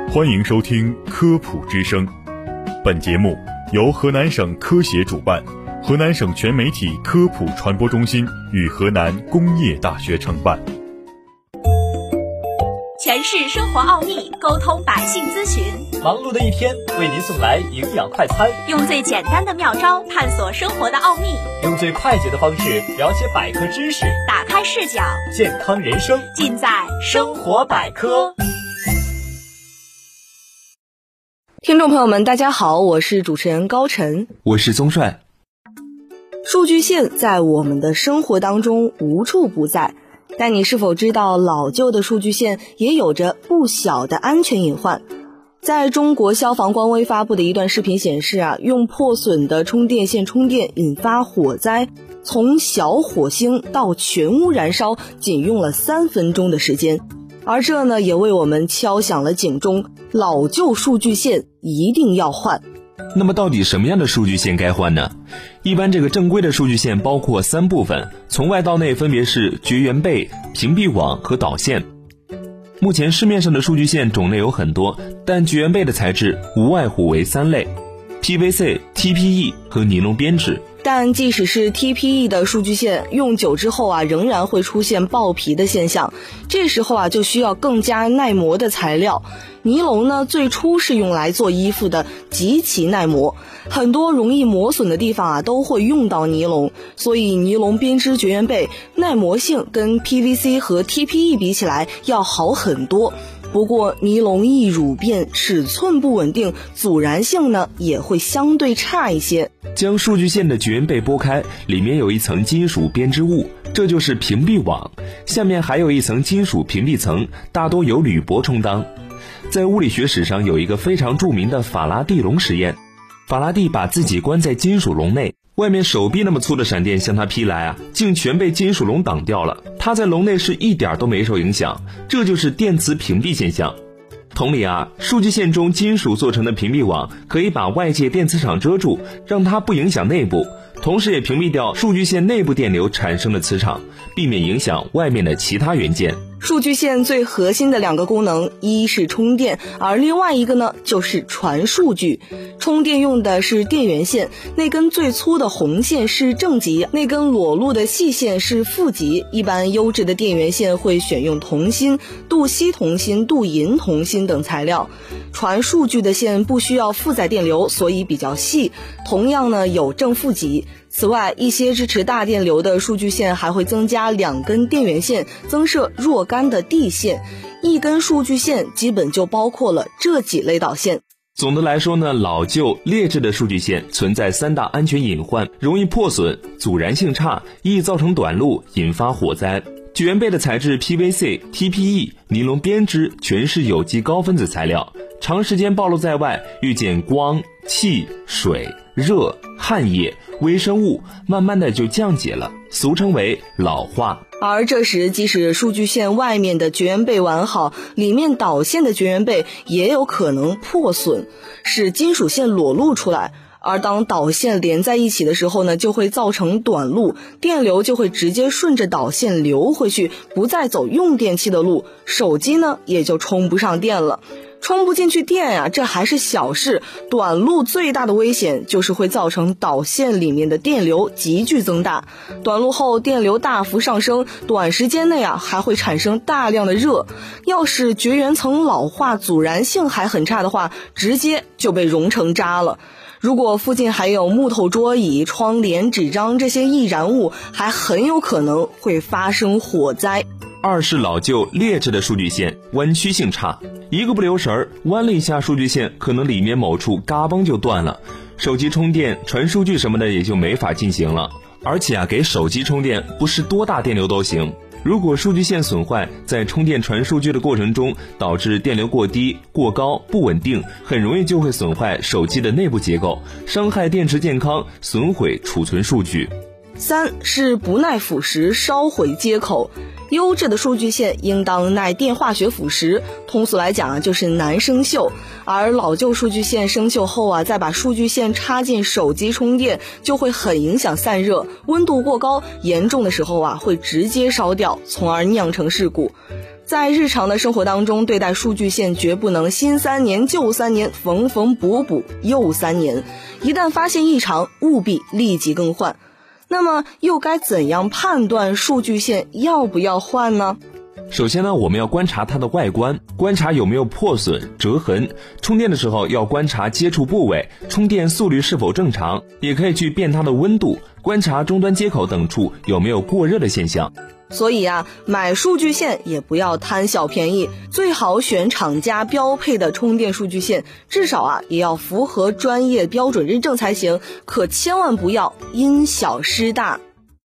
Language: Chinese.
欢迎收听科普之声，本节目由河南省科协主办，河南省全媒体科普传播中心与河南工业大学承办。 诠释生活奥秘，沟通百姓咨询。 忙碌的一天，为您送来营养快餐， 用最简单的妙招探索生活的奥秘， 用最快捷的方式了解百科知识， 打开视角， 健康人生尽在生活百科。 听众朋友们，大家好，我是主持人高晨， 我是宗帅。 数据线在我们的生活当中无处不在，但你是否知道老旧的数据线也有着不小的安全隐患？在中国消防官微发布的一段视频显示用破损的充电线充电引发火灾，从小火星到全屋燃烧仅用了3分钟的时间。而这呢，也为我们敲响了警钟，老旧数据线一定要换。 那么到底什么样的数据线该换呢？一般这个正规的数据线包括3部分，从外到内分别是绝缘背、屏蔽网和导线。目前市面上的数据线种类有很多，但绝缘背的材质无外乎为3类： PVC、TPE 和尼龙编织。 但即使是 TPE 的数据线，用久之后仍然会出现爆皮的现象，这时候就需要更加耐磨的材料。尼龙呢，最初是用来做衣服的，极其耐磨，很多容易磨损的地方都会用到尼龙，所以尼龙编织绝缘背耐磨性跟 PVC 和 TPE 比起来要好很多。不过尼龙易乳变，尺寸不稳定，阻燃性呢也会相对差一些。 将数据线的绝缘背剥开，里面有一层金属编织物，这就是屏蔽网，下面还有一层金属屏蔽层，大多由铝箔充当。在物理学史上有一个非常著名的法拉第笼实验，法拉第把自己关在金属笼内，外面手臂那么粗的闪电向他劈来竟全被金属笼挡掉了，他在笼内是一点都没受影响，这就是电磁屏蔽现象。同理数据线中金属做成的屏蔽网可以把外界电磁场遮住，让它不影响内部，同时也屏蔽掉数据线内部电流产生的磁场，避免影响外面的其他元件。 数据线最核心的2个功能，一是充电，而另外一个呢就是传数据。充电用的是电源线，那根最粗的红线是正极，那根裸露的细线是负极。一般优质的电源线会选用铜锌、镀硒铜锌、镀银铜锌等材料。传数据的线不需要负载电流，所以比较细，同样呢有正负极。此外，一些支持大电流的数据线还会增加2根电源线，增设若干的地线。一根数据线基本就包括了这几类导线。 总的来说呢，老旧劣质的数据线存在3大安全隐患：容易破损、阻燃性差，易造成短路，引发火灾。绝缘背的材质 PVC、TPE、尼龙编织全是有机高分子材料，长时间暴露在外，遇见光、气、水、热、汗液、微生物，慢慢的就降解了，俗称为老化。 而这时即使数据线外面的绝缘背完好，里面导线的绝缘背也有可能破损，使金属线裸露出来。而当导线连在一起的时候呢，就会造成短路，电流就会直接顺着导线流回去，不再走用电器的路，手机呢也就充不上电了。充不进去电这还是小事，短路最大的危险就是会造成导线里面的电流急剧增大，短路后电流大幅上升，短时间内还会产生大量的热，要是绝缘层老化，阻燃性还很差的话，直接就被熔成渣了。如果附近还有木头桌椅、窗帘、纸张这些易燃物，还很有可能会发生火灾。 2是老旧劣质的数据线，弯曲性差，一个不留神弯了一下数据线，可能里面某处嘎嘣就断了，手机充电、传数据什么的也就没法进行了。而且给手机充电不是多大电流都行，如果数据线损坏，在充电传数据的过程中导致电流过低、过高、不稳定，很容易就会损坏手机的内部结构，伤害电池健康，损毁储存数据。 3是不耐腐蚀，烧毁接口。优质的数据线应当耐电化学腐蚀，通俗来讲就是难生锈。而老旧数据线生锈后再把数据线插进手机充电，就会很影响散热，温度过高，严重的时候会直接烧掉，从而酿成事故。 在日常的生活当中，对待数据线绝不能新3年旧3年，缝缝补补又3年。一旦发现异常，务必立即更换。那么又该怎样判断数据线要不要换呢？ 首先呢，我们要观察它的外观，观察有没有破损、折痕。充电的时候要观察接触部位，充电速率是否正常，也可以去辨它的温度，观察终端接口等处有没有过热的现象。 所以买数据线也不要贪小便宜，最好选厂家标配的充电数据线，至少也要符合专业标准认证才行，可千万不要因小失大。